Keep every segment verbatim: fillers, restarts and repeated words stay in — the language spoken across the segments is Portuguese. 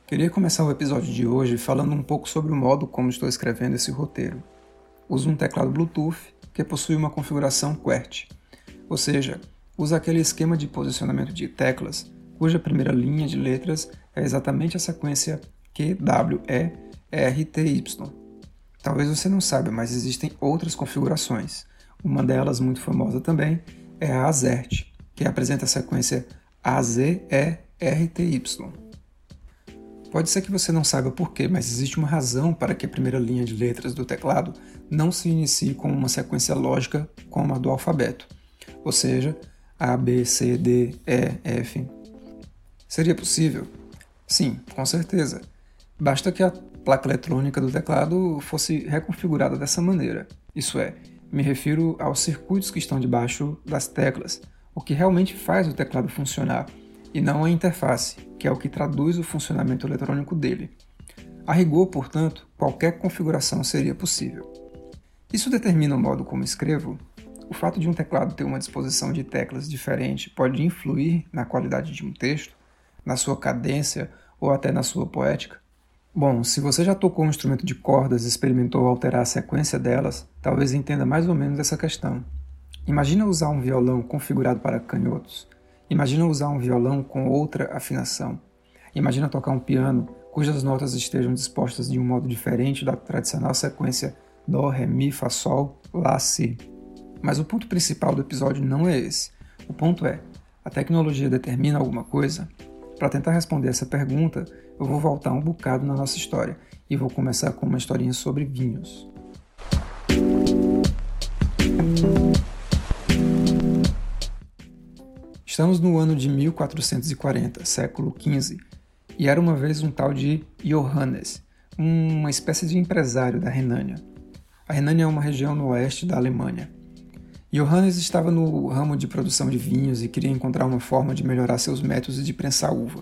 Queria começar o episódio de hoje falando um pouco sobre o modo como estou escrevendo esse roteiro. Uso um teclado Bluetooth que possui uma configuração QWERTY, ou seja, usa aquele esquema de posicionamento de teclas cuja primeira linha de letras é exatamente a sequência Q W E R T Y. Talvez você não saiba, mas existem outras configurações. Uma delas, muito famosa também, é a AZERTY, que apresenta a sequência A Z E R T Y. Pode ser que você não saiba por quê, mas existe uma razão para que a primeira linha de letras do teclado não se inicie com uma sequência lógica como a do alfabeto, ou seja, A, B, C, D, E, F. Seria possível? Sim, com certeza. Basta que a placa eletrônica do teclado fosse reconfigurada dessa maneira. Isso é, me refiro aos circuitos que estão debaixo das teclas, o que realmente faz o teclado funcionar, e não a interface, que é o que traduz o funcionamento eletrônico dele. A rigor, portanto, qualquer configuração seria possível. Isso determina o modo como escrevo? O fato de um teclado ter uma disposição de teclas diferente pode influir na qualidade de um texto, na sua cadência ou até na sua poética? Bom, se você já tocou um instrumento de cordas e experimentou alterar a sequência delas, talvez entenda mais ou menos essa questão. Imagina usar um violão configurado para canhotos. Imagina usar um violão com outra afinação. Imagina tocar um piano cujas notas estejam dispostas de um modo diferente da tradicional sequência Dó, Ré, Mi, Fá, Sol, Lá, Si. Mas o ponto principal do episódio não é esse. O ponto é, a tecnologia determina alguma coisa? Para tentar responder essa pergunta, eu vou voltar um bocado na nossa história e vou começar com uma historinha sobre vinhos. Estamos no ano de mil quatrocentos e quarenta, século quinze, e era uma vez um tal de Johannes, uma espécie de empresário da Renânia. A Renânia é uma região no oeste da Alemanha. Johannes estava no ramo de produção de vinhos e queria encontrar uma forma de melhorar seus métodos de prensar uva.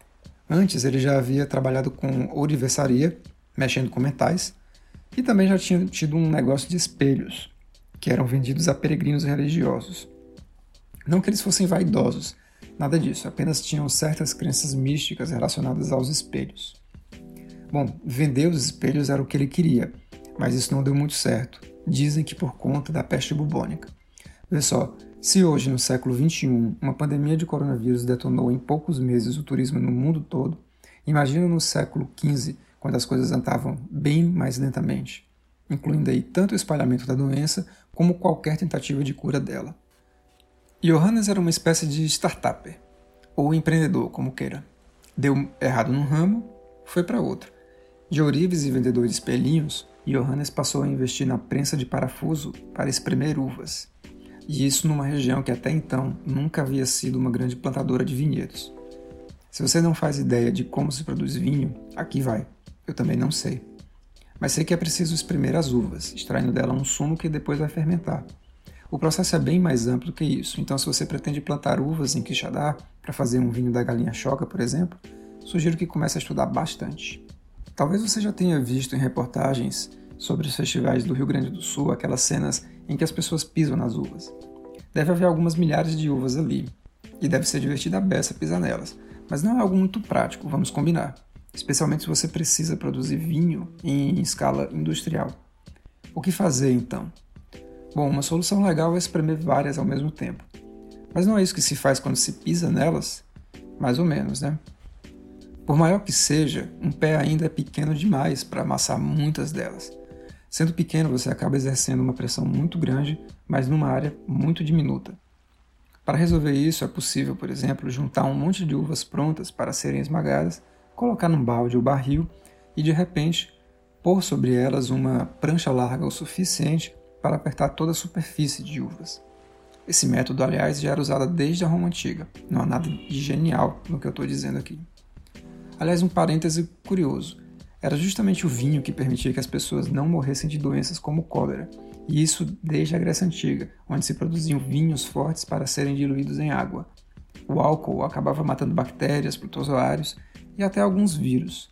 Antes ele já havia trabalhado com ourivesaria, mexendo com metais, e também já tinha tido um negócio de espelhos, que eram vendidos a peregrinos religiosos. Não que eles fossem vaidosos, nada disso, apenas tinham certas crenças místicas relacionadas aos espelhos. Bom, vender os espelhos era o que ele queria, mas isso não deu muito certo. Dizem que por conta da peste bubônica. Vê só, se hoje, no século vinte e um, uma pandemia de coronavírus detonou em poucos meses o turismo no mundo todo, imagina no século quinze, quando as coisas andavam bem mais lentamente, incluindo aí tanto o espalhamento da doença como qualquer tentativa de cura dela. Johannes era uma espécie de startupper, ou empreendedor, como queira. Deu errado num ramo, foi para outro. De ourives e vendedor de espelhinhos, Johannes passou a investir na prensa de parafuso para espremer uvas. E isso numa região que até então nunca havia sido uma grande plantadora de vinhedos. Se você não faz ideia de como se produz vinho, aqui vai. Eu também não sei. Mas sei que é preciso espremer as uvas, extraindo dela um sumo que depois vai fermentar. O processo é bem mais amplo que isso, então se você pretende plantar uvas em Quixadá para fazer um vinho da galinha choca, por exemplo, sugiro que comece a estudar bastante. Talvez você já tenha visto em reportagens sobre os festivais do Rio Grande do Sul aquelas cenas em que as pessoas pisam nas uvas. Deve haver algumas milhares de uvas ali, e deve ser divertida a beça pisar nelas, mas não é algo muito prático, vamos combinar, especialmente se você precisa produzir vinho em escala industrial. O que fazer então? Bom, uma solução legal é espremer várias ao mesmo tempo. Mas não é isso que se faz quando se pisa nelas? Mais ou menos, né? Por maior que seja, um pé ainda é pequeno demais para amassar muitas delas. Sendo pequeno, você acaba exercendo uma pressão muito grande, mas numa área muito diminuta. Para resolver isso, é possível, por exemplo, juntar um monte de uvas prontas para serem esmagadas, colocar num balde ou barril e, de repente, pôr sobre elas uma prancha larga o suficiente para apertar toda a superfície de uvas. Esse método, aliás, já era usado desde a Roma Antiga. Não há nada de genial no que eu estou dizendo aqui. Aliás, um parêntese curioso. Era justamente o vinho que permitia que as pessoas não morressem de doenças como cólera, e isso desde a Grécia Antiga, onde se produziam vinhos fortes para serem diluídos em água. O álcool acabava matando bactérias, protozoários e até alguns vírus.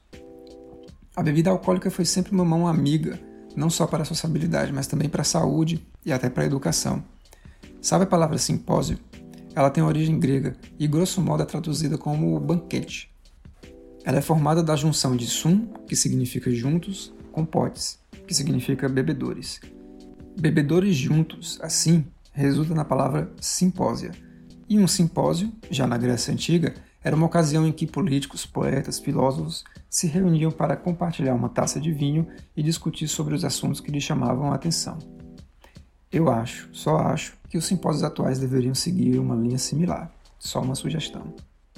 A bebida alcoólica foi sempre uma mão amiga, não só para a sociabilidade, mas também para a saúde e até para a educação. Sabe a palavra simpósio? Ela tem origem grega e, grosso modo, é traduzida como banquete. Ela é formada da junção de sum, que significa juntos, com potes, que significa bebedores. Bebedores juntos, assim, resulta na palavra simpósia. E um simpósio, já na Grécia Antiga, era uma ocasião em que políticos, poetas, filósofos se reuniam para compartilhar uma taça de vinho e discutir sobre os assuntos que lhes chamavam a atenção. Eu acho, só acho, que os simpósios atuais deveriam seguir uma linha similar. Só uma sugestão.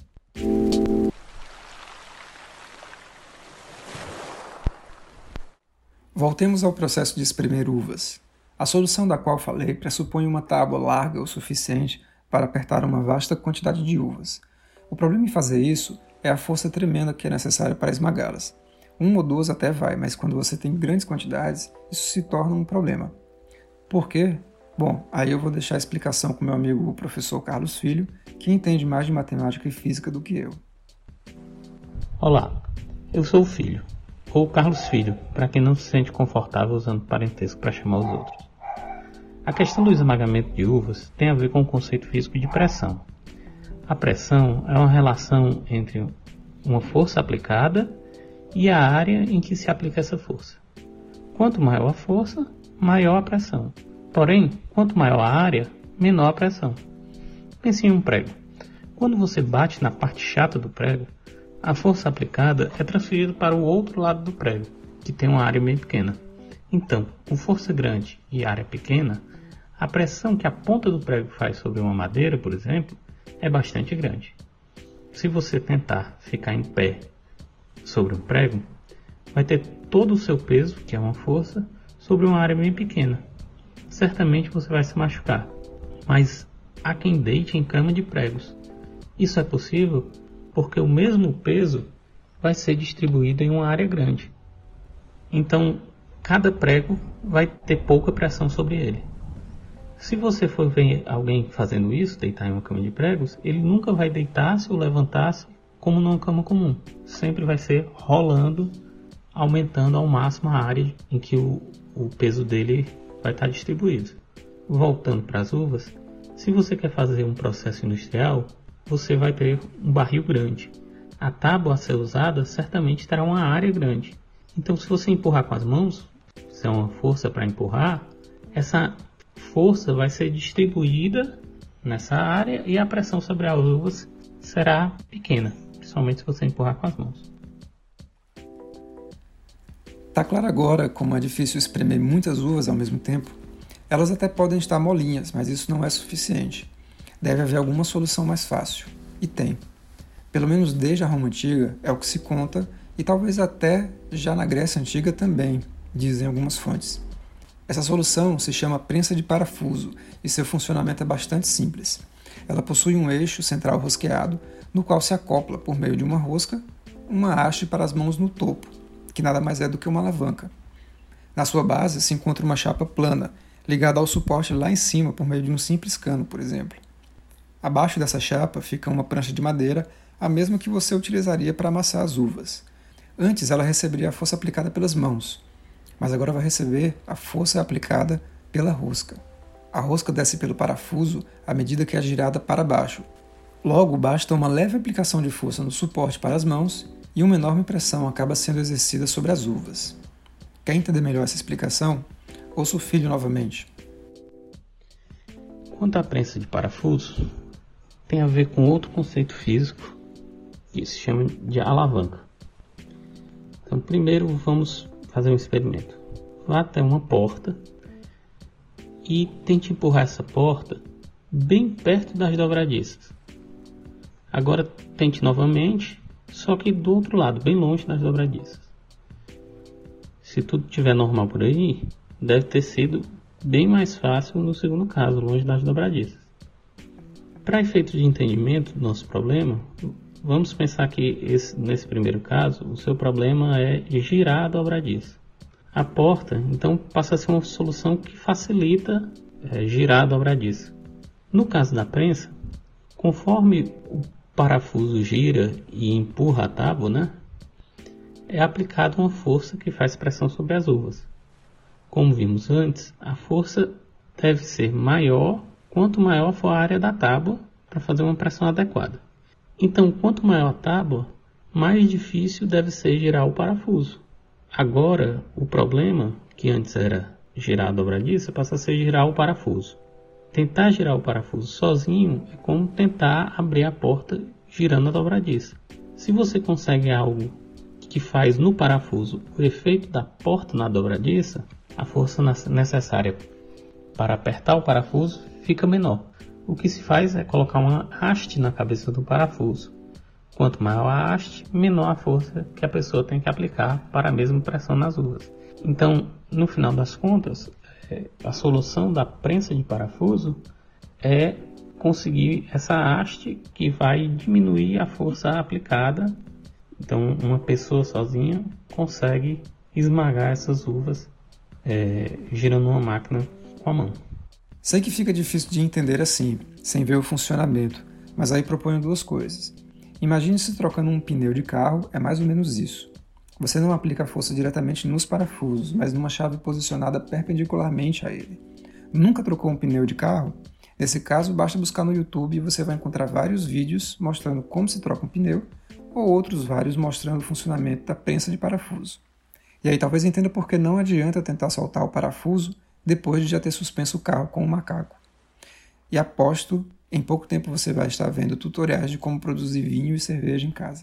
Voltemos ao processo de espremer uvas. A solução da qual falei pressupõe uma tábua larga o suficiente para apertar uma vasta quantidade de uvas. O problema em fazer isso é a força tremenda que é necessária para esmagá-las. Um ou duas até vai, mas quando você tem grandes quantidades, isso se torna um problema. Por quê? Bom, aí eu vou deixar a explicação com meu amigo o professor Carlos Filho, que entende mais de matemática e física do que eu. Olá, eu sou o Filho, ou Carlos Filho, para quem não se sente confortável usando parentesco para chamar os outros. A questão do esmagamento de uvas tem a ver com o conceito físico de pressão. A pressão é uma relação entre uma força aplicada e a área em que se aplica essa força. Quanto maior a força, maior a pressão. Porém, quanto maior a área, menor a pressão. Pense em um prego. Quando você bate na parte chata do prego, a força aplicada é transferida para o outro lado do prego, que tem uma área bem pequena. Então, com força grande e área pequena, a pressão que a ponta do prego faz sobre uma madeira, por exemplo, é bastante grande. Se você tentar ficar em pé sobre um prego, vai ter todo o seu peso, que é uma força, sobre uma área bem pequena. Certamente você vai se machucar, mas há quem deite em cama de pregos. Isso é possível porque o mesmo peso vai ser distribuído em uma área grande. Então, cada prego vai ter pouca pressão sobre ele. Se você for ver alguém fazendo isso, deitar em uma cama de pregos, ele nunca vai deitar-se ou levantar-se como numa cama comum. Sempre vai ser rolando, aumentando ao máximo a área em que o, o peso dele vai estar distribuído. Voltando para as uvas, se você quer fazer um processo industrial, você vai ter um barril grande. A tábua a ser usada certamente terá uma área grande. Então, se você empurrar com as mãos, se é uma força para empurrar, essa força vai ser distribuída nessa área e a pressão sobre as uvas será pequena, principalmente se você empurrar com as mãos. Tá claro agora como é difícil espremer muitas uvas ao mesmo tempo? Elas até podem estar molinhas, mas isso não é suficiente. Deve haver alguma solução mais fácil. E tem. Pelo menos desde a Roma Antiga é o que se conta, e talvez até já na Grécia Antiga também, dizem algumas fontes. Essa solução se chama prensa de parafuso e seu funcionamento é bastante simples. Ela possui um eixo central rosqueado, no qual se acopla, por meio de uma rosca, uma haste para as mãos no topo, que nada mais é do que uma alavanca. Na sua base se encontra uma chapa plana, ligada ao suporte lá em cima por meio de um simples cano, por exemplo. Abaixo dessa chapa fica uma prancha de madeira, a mesma que você utilizaria para amassar as uvas. Antes ela receberia a força aplicada pelas mãos, mas agora vai receber a força aplicada pela rosca. A rosca desce pelo parafuso à medida que é girada para baixo. Logo, basta uma leve aplicação de força no suporte para as mãos e uma enorme pressão acaba sendo exercida sobre as uvas. Quer entender melhor essa explicação? Ouça o Filho novamente. Quanto à prensa de parafuso, tem a ver com outro conceito físico que se chama de alavanca. Então, primeiro vamos fazer um experimento. Vá até uma porta e tente empurrar essa porta bem perto das dobradiças. Agora tente novamente, só que do outro lado, bem longe das dobradiças. Se tudo estiver normal por aí, deve ter sido bem mais fácil no segundo caso, longe das dobradiças. Para efeito de entendimento do nosso problema, vamos pensar que esse, nesse primeiro caso, o seu problema é girar a dobradiça. A porta, então, passa a ser uma solução que facilita é, girar a dobradiça. No caso da prensa, conforme o parafuso gira e empurra a tábua, né, é aplicada uma força que faz pressão sobre as uvas. Como vimos antes, a força deve ser maior quanto maior for a área da tábua para fazer uma pressão adequada. Então, quanto maior a tábua, mais difícil deve ser girar o parafuso. Agora, o problema, que antes era girar a dobradiça, passa a ser girar o parafuso. Tentar girar o parafuso sozinho é como tentar abrir a porta girando a dobradiça. Se você consegue algo que faz no parafuso o efeito da porta na dobradiça, a força necessária para apertar o parafuso fica menor. O que se faz é colocar uma haste na cabeça do parafuso. Quanto maior a haste, menor a força que a pessoa tem que aplicar para a mesma pressão nas uvas. Então, no final das contas, a solução da prensa de parafuso é conseguir essa haste que vai diminuir a força aplicada. Então, uma pessoa sozinha consegue esmagar essas uvas é, girando uma máquina com a mão. Sei que fica difícil de entender assim, sem ver o funcionamento, mas aí proponho duas coisas. Imagine se trocando um pneu de carro é mais ou menos isso. Você não aplica a força diretamente nos parafusos, mas numa chave posicionada perpendicularmente a ele. Nunca trocou um pneu de carro? Nesse caso, basta buscar no YouTube e você vai encontrar vários vídeos mostrando como se troca um pneu, ou outros vários mostrando o funcionamento da prensa de parafuso. E aí talvez entenda por que não adianta tentar soltar o parafuso depois de já ter suspenso o carro com um macaco. E aposto, em pouco tempo você vai estar vendo tutoriais de como produzir vinho e cerveja em casa.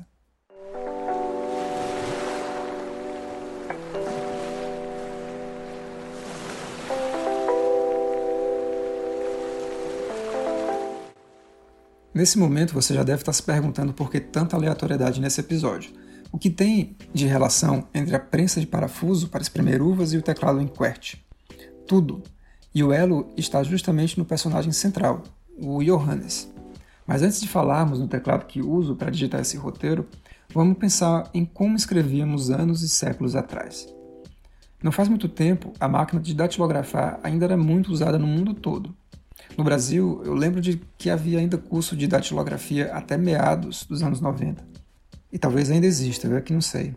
Nesse momento você já deve estar se perguntando por que tanta aleatoriedade nesse episódio. O que tem de relação entre a prensa de parafuso para espremer uvas e o teclado em QWERTY? Tudo. E o elo está justamente no personagem central, o Johannes. Mas antes de falarmos no teclado que uso para digitar esse roteiro, vamos pensar em como escrevíamos anos e séculos atrás. Não faz muito tempo, a máquina de datilografar ainda era muito usada no mundo todo. No Brasil, eu lembro de que havia ainda curso de datilografia até meados dos anos noventa. E talvez ainda exista, eu é que não sei.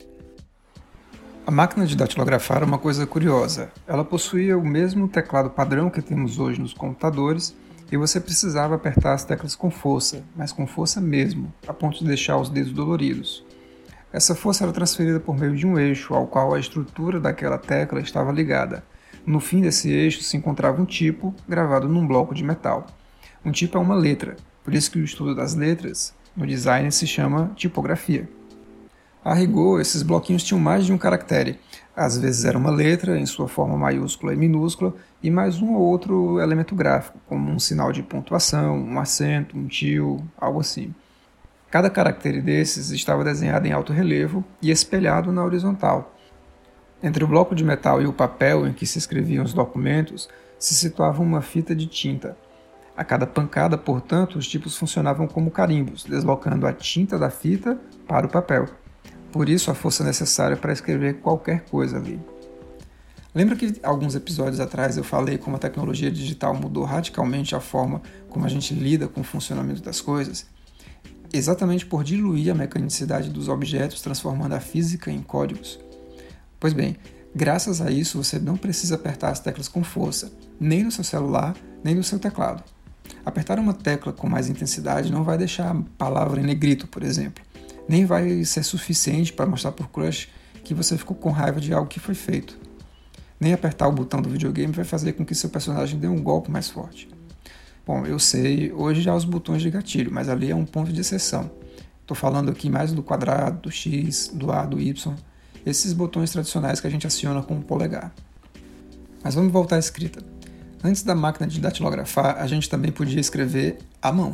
A máquina de datilografar era uma coisa curiosa. Ela possuía o mesmo teclado padrão que temos hoje nos computadores e você precisava apertar as teclas com força, mas com força mesmo, a ponto de deixar os dedos doloridos. Essa força era transferida por meio de um eixo ao qual a estrutura daquela tecla estava ligada. No fim desse eixo se encontrava um tipo gravado num bloco de metal. Um tipo é uma letra, por isso que o estudo das letras no design se chama tipografia. A rigor, esses bloquinhos tinham mais de um caractere. Às vezes era uma letra em sua forma maiúscula e minúscula e mais um ou outro elemento gráfico, como um sinal de pontuação, um acento, um tio, algo assim. Cada caractere desses estava desenhado em alto relevo e espelhado na horizontal. Entre o bloco de metal e o papel em que se escreviam os documentos se situava uma fita de tinta. A cada pancada, portanto, os tipos funcionavam como carimbos, deslocando a tinta da fita para o papel. Por isso a força necessária para escrever qualquer coisa ali. Lembra que alguns episódios atrás eu falei como a tecnologia digital mudou radicalmente a forma como a gente lida com o funcionamento das coisas? Exatamente por diluir a mecanicidade dos objetos, transformando a física em códigos. Pois bem, graças a isso você não precisa apertar as teclas com força, nem no seu celular, nem no seu teclado. Apertar uma tecla com mais intensidade não vai deixar a palavra em negrito, por exemplo. Nem vai ser suficiente para mostrar por crush que você ficou com raiva de algo que foi feito. Nem apertar o botão do videogame vai fazer com que seu personagem dê um golpe mais forte. Bom, eu sei, hoje já há os botões de gatilho, mas ali é um ponto de exceção. Estou falando aqui mais do quadrado, do X, do A, do Y, esses botões tradicionais que a gente aciona com o polegar. Mas vamos voltar à escrita. Antes da máquina de datilografar, a gente também podia escrever à mão.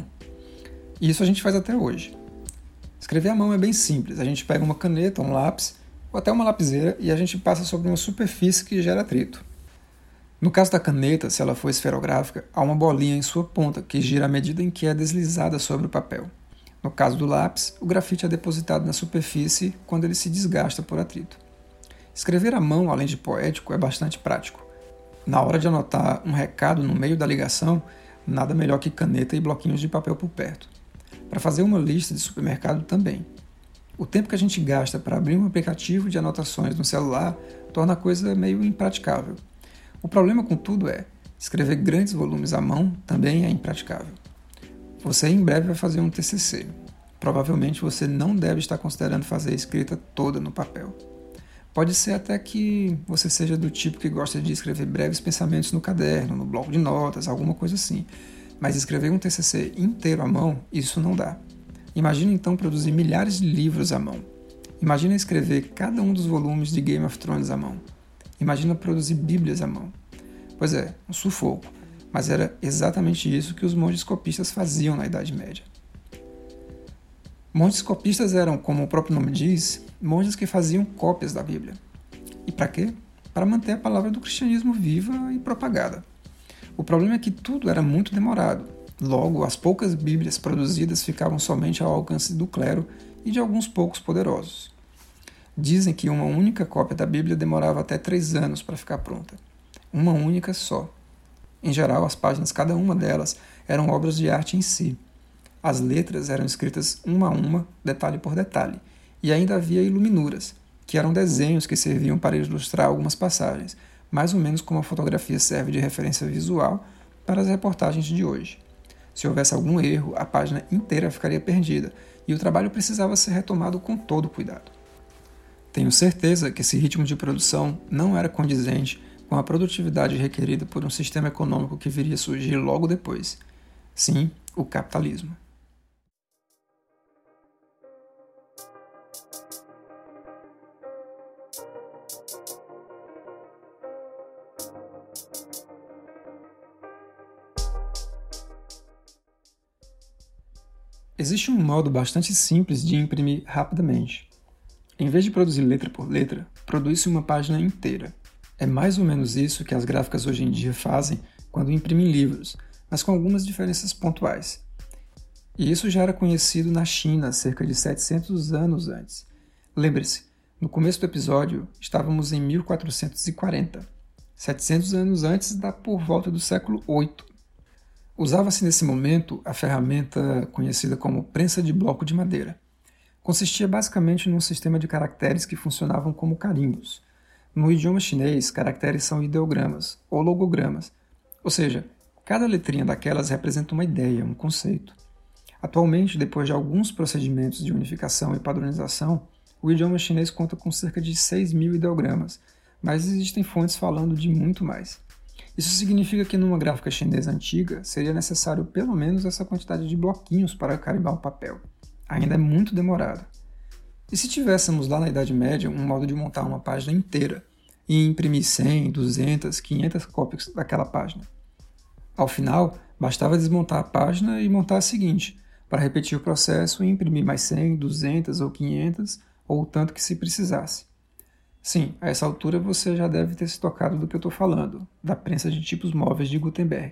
E isso a gente faz até hoje. Escrever à mão é bem simples. A gente pega uma caneta, um lápis, ou até uma lapiseira, e a gente passa sobre uma superfície que gera atrito. No caso da caneta, se ela for esferográfica, há uma bolinha em sua ponta, que gira à medida em que é deslizada sobre o papel. No caso do lápis, o grafite é depositado na superfície quando ele se desgasta por atrito. Escrever à mão, além de poético, é bastante prático. Na hora de anotar um recado no meio da ligação, nada melhor que caneta e bloquinhos de papel por perto. Para fazer uma lista de supermercado também. O tempo que a gente gasta para abrir um aplicativo de anotações no celular torna a coisa meio impraticável. O problema com tudo é, escrever grandes volumes à mão também é impraticável. Você em breve vai fazer um T C C. Provavelmente você não deve estar considerando fazer a escrita toda no papel. Pode ser até que você seja do tipo que gosta de escrever breves pensamentos no caderno, no bloco de notas, alguma coisa assim. Mas escrever um T C C inteiro à mão, isso não dá. Imagina então produzir milhares de livros à mão. Imagina escrever cada um dos volumes de Game of Thrones à mão. Imagina produzir bíblias à mão. Pois é, um sufoco. Mas era exatamente isso que os monges copistas faziam na Idade Média. Monges copistas eram, como o próprio nome diz, monges que faziam cópias da Bíblia. E para quê? Para manter a palavra do cristianismo viva e propagada. O problema é que tudo era muito demorado. Logo, as poucas Bíblias produzidas ficavam somente ao alcance do clero e de alguns poucos poderosos. Dizem que uma única cópia da Bíblia demorava até três anos para ficar pronta. Uma única só. Em geral, as páginas, cada uma delas, eram obras de arte em si. As letras eram escritas uma a uma, detalhe por detalhe, e ainda havia iluminuras, que eram desenhos que serviam para ilustrar algumas passagens, mais ou menos como a fotografia serve de referência visual para as reportagens de hoje. Se houvesse algum erro, a página inteira ficaria perdida, e o trabalho precisava ser retomado com todo cuidado. Tenho certeza que esse ritmo de produção não era condizente com a produtividade requerida por um sistema econômico que viria a surgir logo depois. Sim, o capitalismo. Existe um modo bastante simples de imprimir rapidamente. Em vez de produzir letra por letra, produz-se uma página inteira. É mais ou menos isso que as gráficas hoje em dia fazem quando imprimem livros, mas com algumas diferenças pontuais. E isso já era conhecido na China cerca de setecentos anos antes. Lembre-se, no começo do episódio estávamos em mil quatrocentos e quarenta. setecentos anos antes dá por volta do século oito. Usava-se nesse momento a ferramenta conhecida como prensa de bloco de madeira. Consistia basicamente num sistema de caracteres que funcionavam como carimbos. No idioma chinês, caracteres são ideogramas ou logogramas, ou seja, cada letrinha daquelas representa uma ideia, um conceito. Atualmente, depois de alguns procedimentos de unificação e padronização, o idioma chinês conta com cerca de seis mil ideogramas, mas existem fontes falando de muito mais. Isso significa que numa gráfica chinesa antiga seria necessário pelo menos essa quantidade de bloquinhos para carimbar o papel. Ainda é muito demorado. E se tivéssemos lá na Idade Média um modo de montar uma página inteira e imprimir cem, duzentas, quinhentas cópias daquela página? Ao final, bastava desmontar a página e montar a seguinte, para repetir o processo e imprimir mais cem, duzentas ou quinhentas, ou o tanto que se precisasse. Sim, a essa altura você já deve ter se tocado do que eu estou falando, da prensa de tipos móveis de Gutenberg.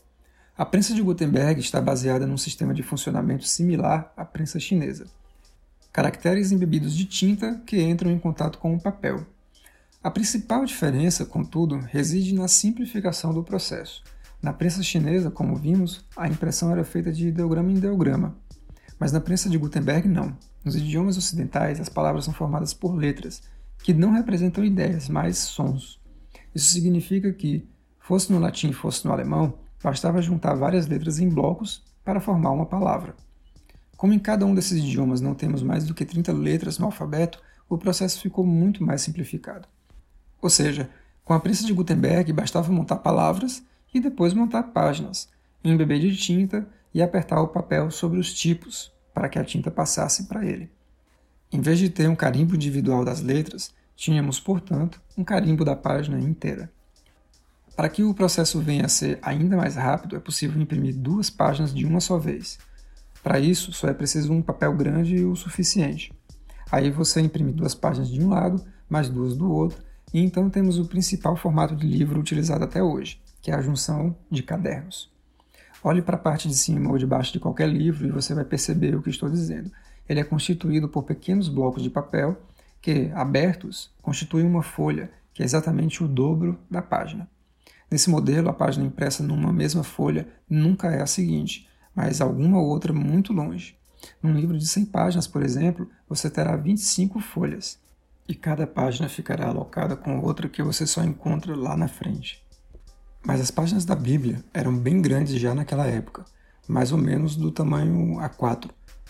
A prensa de Gutenberg está baseada num sistema de funcionamento similar à prensa chinesa. Caracteres embebidos de tinta que entram em contato com o papel. A principal diferença, contudo, reside na simplificação do processo. Na prensa chinesa, como vimos, a impressão era feita de ideograma em ideograma. Mas na prensa de Gutenberg, não. Nos idiomas ocidentais, as palavras são formadas por letras, que não representam ideias, mas sons. Isso significa que, fosse no latim, fosse no alemão, bastava juntar várias letras em blocos para formar uma palavra. Como em cada um desses idiomas não temos mais do que trinta letras no alfabeto, o processo ficou muito mais simplificado. Ou seja, com a prensa de Gutenberg bastava montar palavras e depois montar páginas, embeber de tinta e apertar o papel sobre os tipos, para que a tinta passasse para ele. Em vez de ter um carimbo individual das letras, tínhamos, portanto, um carimbo da página inteira. Para que o processo venha a ser ainda mais rápido, é possível imprimir duas páginas de uma só vez. Para isso, só é preciso um papel grande o suficiente. Aí você imprime duas páginas de um lado, mais duas do outro, e então temos o principal formato de livro utilizado até hoje, que é a junção de cadernos. Olhe para a parte de cima ou de baixo de qualquer livro e você vai perceber o que estou dizendo. Ele é constituído por pequenos blocos de papel que, abertos, constituem uma folha, que é exatamente o dobro da página. Nesse modelo, a página impressa numa mesma folha nunca é a seguinte, mas alguma outra muito longe. Num livro de cem páginas, por exemplo, você terá vinte e cinco folhas, e cada página ficará alocada com outra que você só encontra lá na frente. Mas as páginas da Bíblia eram bem grandes já naquela época, mais ou menos do tamanho A quatro,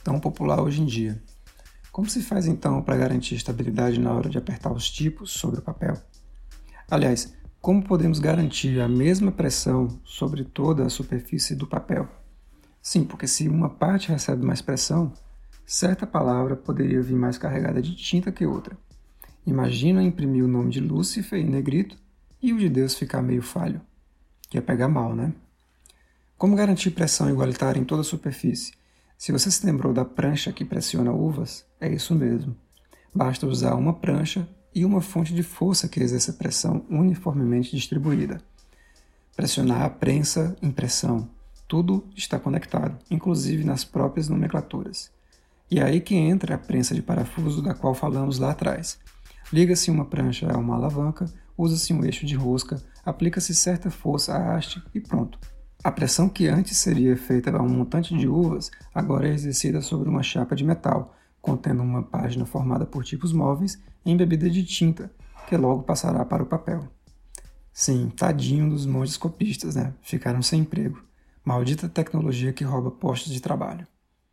tão popular hoje em dia. Como se faz então para garantir estabilidade na hora de apertar os tipos sobre o papel? Aliás, como podemos garantir a mesma pressão sobre toda a superfície do papel? Sim, porque se uma parte recebe mais pressão, certa palavra poderia vir mais carregada de tinta que outra. Imagina imprimir o nome de Lúcifer em negrito e o de Deus ficar meio falho. Que ia pegar mal, né? Como garantir pressão igualitária em toda a superfície? Se você se lembrou da prancha que pressiona uvas, é isso mesmo. Basta usar uma prancha e uma fonte de força que exerça pressão uniformemente distribuída. Pressionar a prensa, impressão. Tudo está conectado, inclusive nas próprias nomenclaturas. E é aí que entra a prensa de parafuso da qual falamos lá atrás. Liga-se uma prancha a uma alavanca, usa-se um eixo de rosca, aplica-se certa força à haste e pronto. A pressão que antes seria feita a um montante de uvas, agora é exercida sobre uma chapa de metal, contendo uma página formada por tipos móveis embebida de tinta, que logo passará para o papel. Sim, tadinho dos monges copistas, né? Ficaram sem emprego. Maldita tecnologia que rouba postos de trabalho.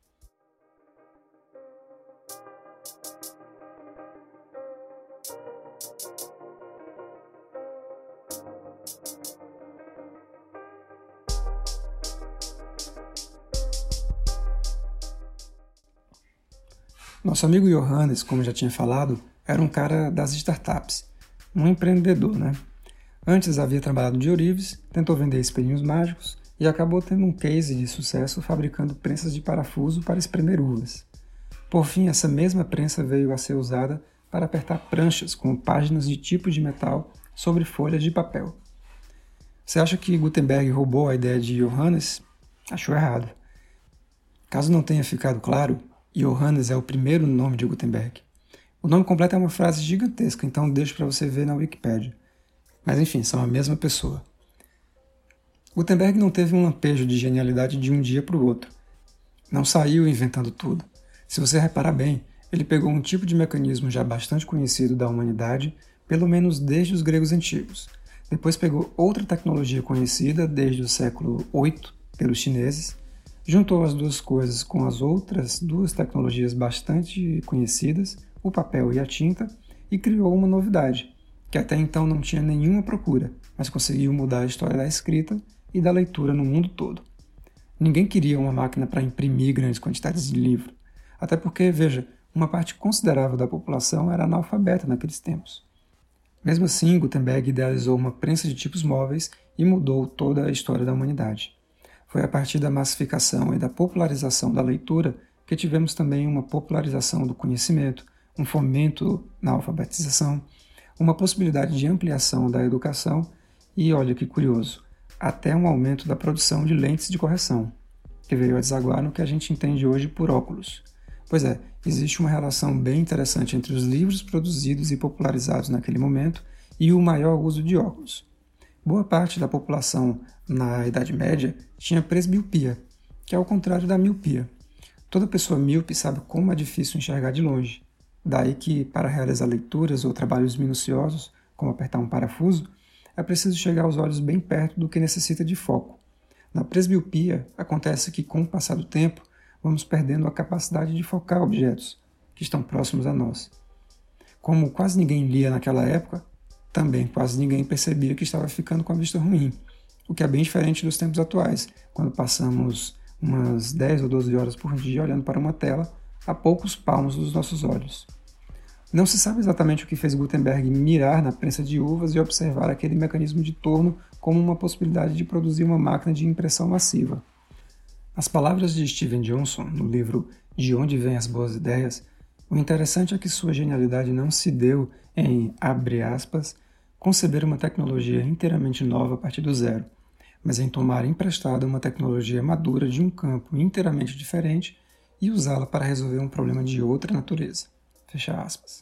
Nosso amigo Johannes, como já tinha falado, era um cara das startups, um empreendedor, né? Antes havia trabalhado de ourives, tentou vender espelhinhos mágicos e acabou tendo um case de sucesso fabricando prensas de parafuso para espremer uvas. Por fim, essa mesma prensa veio a ser usada para apertar pranchas com páginas de tipo de metal sobre folhas de papel. Você acha que Gutenberg roubou a ideia de Johannes? Achou errado. Caso não tenha ficado claro, Johannes é o primeiro nome de Gutenberg. O nome completo é uma frase gigantesca, então deixo para você ver na Wikipédia. Mas enfim, são a mesma pessoa. Gutenberg não teve um lampejo de genialidade de um dia para o outro. Não saiu inventando tudo. Se você reparar bem, ele pegou um tipo de mecanismo já bastante conhecido da humanidade, pelo menos desde os gregos antigos. Depois pegou outra tecnologia conhecida desde o século oito pelos chineses, juntou as duas coisas com as outras duas tecnologias bastante conhecidas, o papel e a tinta, e criou uma novidade, que até então não tinha nenhuma procura, mas conseguiu mudar a história da escrita e da leitura no mundo todo. Ninguém queria uma máquina para imprimir grandes quantidades de livro, até porque, veja, uma parte considerável da população era analfabeta naqueles tempos. Mesmo assim, Gutenberg idealizou uma prensa de tipos móveis e mudou toda a história da humanidade. Foi a partir da massificação e da popularização da leitura que tivemos também uma popularização do conhecimento, um fomento na alfabetização, uma possibilidade de ampliação da educação e, olha que curioso, até um aumento da produção de lentes de correção, que veio a desaguar no que a gente entende hoje por óculos. Pois é, existe uma relação bem interessante entre os livros produzidos e popularizados naquele momento e o maior uso de óculos. Boa parte da população na Idade Média tinha presbiopia, que é o contrário da miopia. Toda pessoa míope sabe como é difícil enxergar de longe. Daí que, para realizar leituras ou trabalhos minuciosos, como apertar um parafuso, é preciso chegar aos olhos bem perto do que necessita de foco. Na presbiopia, acontece que, com o passar do tempo, vamos perdendo a capacidade de focar objetos que estão próximos a nós. Como quase ninguém lia naquela época, também quase ninguém percebia que estava ficando com a vista ruim, o que é bem diferente dos tempos atuais, quando passamos umas dez ou doze horas por dia olhando para uma tela a poucos palmos dos nossos olhos. Não se sabe exatamente o que fez Gutenberg mirar na prensa de uvas e observar aquele mecanismo de torno como uma possibilidade de produzir uma máquina de impressão massiva. As palavras de Steven Johnson, no livro De Onde Vêm as Boas Ideias, o interessante é que sua genialidade não se deu em, abre aspas, conceber uma tecnologia inteiramente nova a partir do zero, mas em tomar emprestada uma tecnologia madura de um campo inteiramente diferente e usá-la para resolver um problema de outra natureza. Fecha aspas.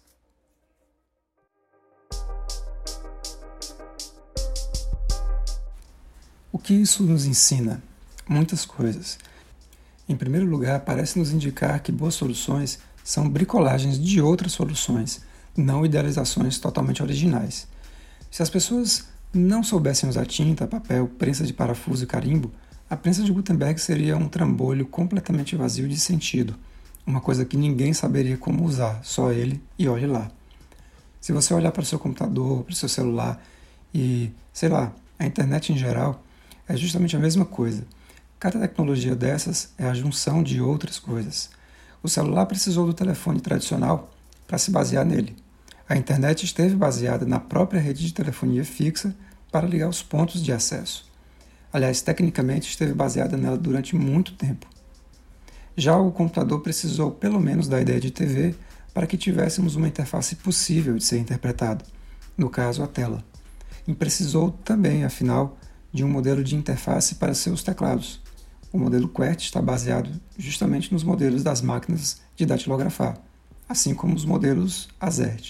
O que isso nos ensina? Muitas coisas. Em primeiro lugar, parece nos indicar que boas soluções são bricolagens de outras soluções, não idealizações totalmente originais. Se as pessoas não soubessem usar tinta, papel, prensa de parafuso e carimbo, a prensa de Gutenberg seria um trambolho completamente vazio de sentido, uma coisa que ninguém saberia como usar, só ele e olhe lá. Se você olhar para o seu computador, para o seu celular e, sei lá, a internet em geral, é justamente a mesma coisa. Cada tecnologia dessas é a junção de outras coisas. O celular precisou do telefone tradicional para se basear nele. A internet esteve baseada na própria rede de telefonia fixa para ligar os pontos de acesso. Aliás, tecnicamente esteve baseada nela durante muito tempo. Já o computador precisou pelo menos da ideia de T V para que tivéssemos uma interface possível de ser interpretada, no caso a tela. E precisou também, afinal, de um modelo de interface para seus teclados. O modelo QWERTY está baseado justamente nos modelos das máquinas de datilografar, assim como os modelos AZERTY.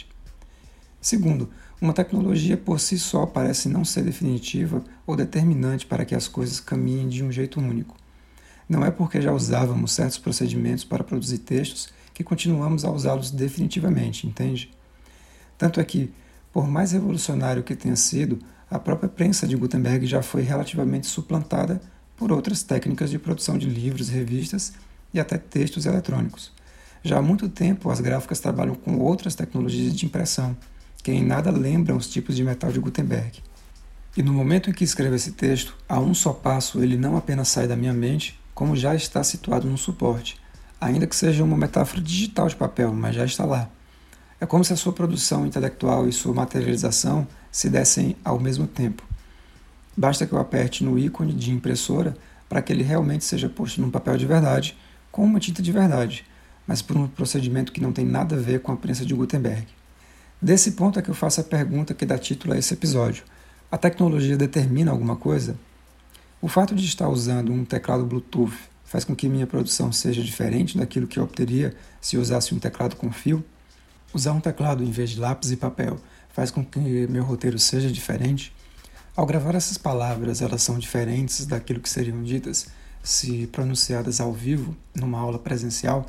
Segundo, uma tecnologia por si só parece não ser definitiva ou determinante para que as coisas caminhem de um jeito único. Não é porque já usávamos certos procedimentos para produzir textos que continuamos a usá-los definitivamente, entende? Tanto é que, por mais revolucionário que tenha sido, a própria prensa de Gutenberg já foi relativamente suplantada por outras técnicas de produção de livros, revistas e até textos eletrônicos. Já há muito tempo, as gráficas trabalham com outras tecnologias de impressão, que em nada lembram os tipos de metal de Gutenberg. E no momento em que escrevo esse texto, a um só passo ele não apenas sai da minha mente, como já está situado no suporte, ainda que seja uma metáfora digital de papel, mas já está lá. É como se a sua produção intelectual e sua materialização se dessem ao mesmo tempo. Basta que eu aperte no ícone de impressora para que ele realmente seja posto num papel de verdade, com uma tinta de verdade, mas por um procedimento que não tem nada a ver com a prensa de Gutenberg. Desse ponto é que eu faço a pergunta que dá título a esse episódio. A tecnologia determina alguma coisa? O fato de estar usando um teclado Bluetooth faz com que minha produção seja diferente daquilo que eu obteria se usasse um teclado com fio? Usar um teclado em vez de lápis e papel faz com que meu roteiro seja diferente? Ao gravar essas palavras, elas são diferentes daquilo que seriam ditas se pronunciadas ao vivo, numa aula presencial?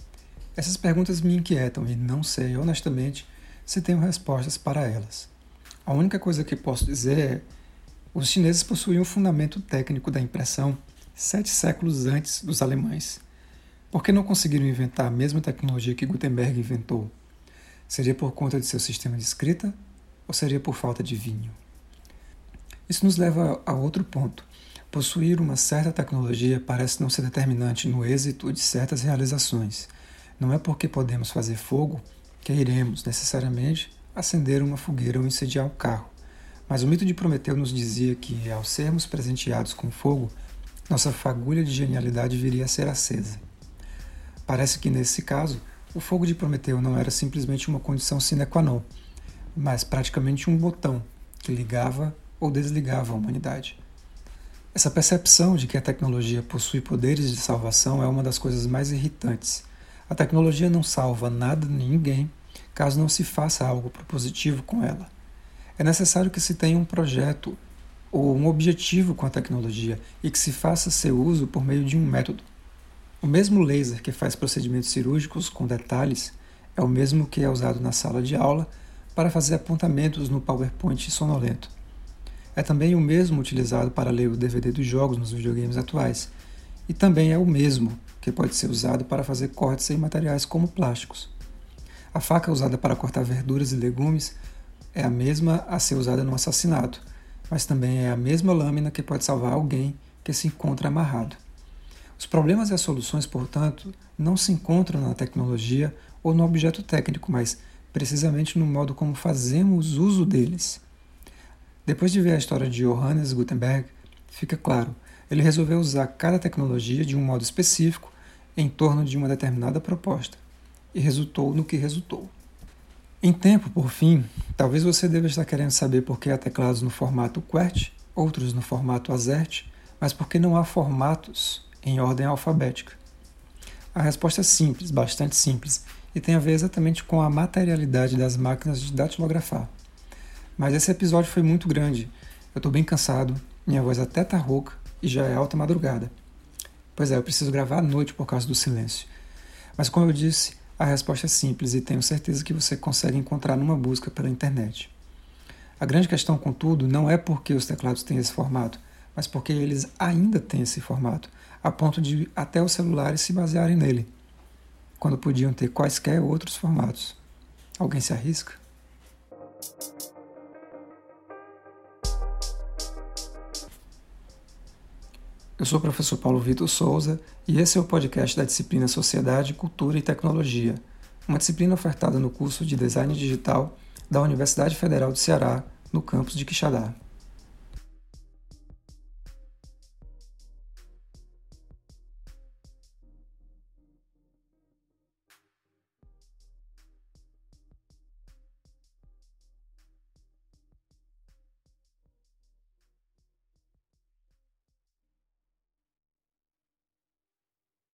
Essas perguntas me inquietam e não sei, honestamente, se tenho respostas para elas. A única coisa que posso dizer é: os chineses possuíam um fundamento técnico da impressão sete séculos antes dos alemães. Por que não conseguiram inventar a mesma tecnologia que Gutenberg inventou? Seria por conta de seu sistema de escrita ou seria por falta de vinho? Isso nos leva a outro ponto. Possuir uma certa tecnologia parece não ser determinante no êxito de certas realizações. Não é porque podemos fazer fogo que iremos, necessariamente, acender uma fogueira ou incendiar um carro. Mas o mito de Prometeu nos dizia que, ao sermos presenteados com fogo, nossa fagulha de genialidade viria a ser acesa. Parece que, nesse caso, o fogo de Prometeu não era simplesmente uma condição sine qua non, mas praticamente um botão que ligava ou desligava a humanidade. Essa percepção de que a tecnologia possui poderes de salvação é uma das coisas mais irritantes. A tecnologia não salva nada nem ninguém, caso não se faça algo propositivo com ela. É necessário que se tenha um projeto ou um objetivo com a tecnologia e que se faça seu uso por meio de um método. O mesmo laser que faz procedimentos cirúrgicos com detalhes é o mesmo que é usado na sala de aula para fazer apontamentos no PowerPoint sonolento. É também o mesmo utilizado para ler o D V D dos jogos nos videogames atuais. E também é o mesmo que pode ser usado para fazer cortes em materiais como plásticos. A faca usada para cortar verduras e legumes é a mesma a ser usada no assassinato, mas também é a mesma lâmina que pode salvar alguém que se encontra amarrado. Os problemas e as soluções, portanto, não se encontram na tecnologia ou no objeto técnico, mas precisamente no modo como fazemos uso deles. Depois de ver a história de Johannes Gutenberg, fica claro, ele resolveu usar cada tecnologia de um modo específico em torno de uma determinada proposta, e resultou no que resultou. Em tempo, por fim, talvez você deva estar querendo saber por que há teclados no formato QWERTY, outros no formato AZERTY, mas por que não há formatos em ordem alfabética. A resposta é simples, bastante simples, e tem a ver exatamente com a materialidade das máquinas de datilografar. Mas esse episódio foi muito grande, eu estou bem cansado, minha voz até está rouca e já é alta madrugada. Pois é, eu preciso gravar à noite por causa do silêncio. Mas como eu disse, a resposta é simples e tenho certeza que você consegue encontrar numa busca pela internet. A grande questão, contudo, não é porque os teclados têm esse formato, mas porque eles ainda têm esse formato, a ponto de até os celulares se basearem nele. quando podiam ter quaisquer outros formatos. Alguém se arrisca? Eu sou o professor Paulo Vitor Souza e esse é o podcast da disciplina Sociedade, Cultura e Tecnologia, uma disciplina ofertada no curso de Design Digital da Universidade Federal do Ceará, no campus de Quixadá.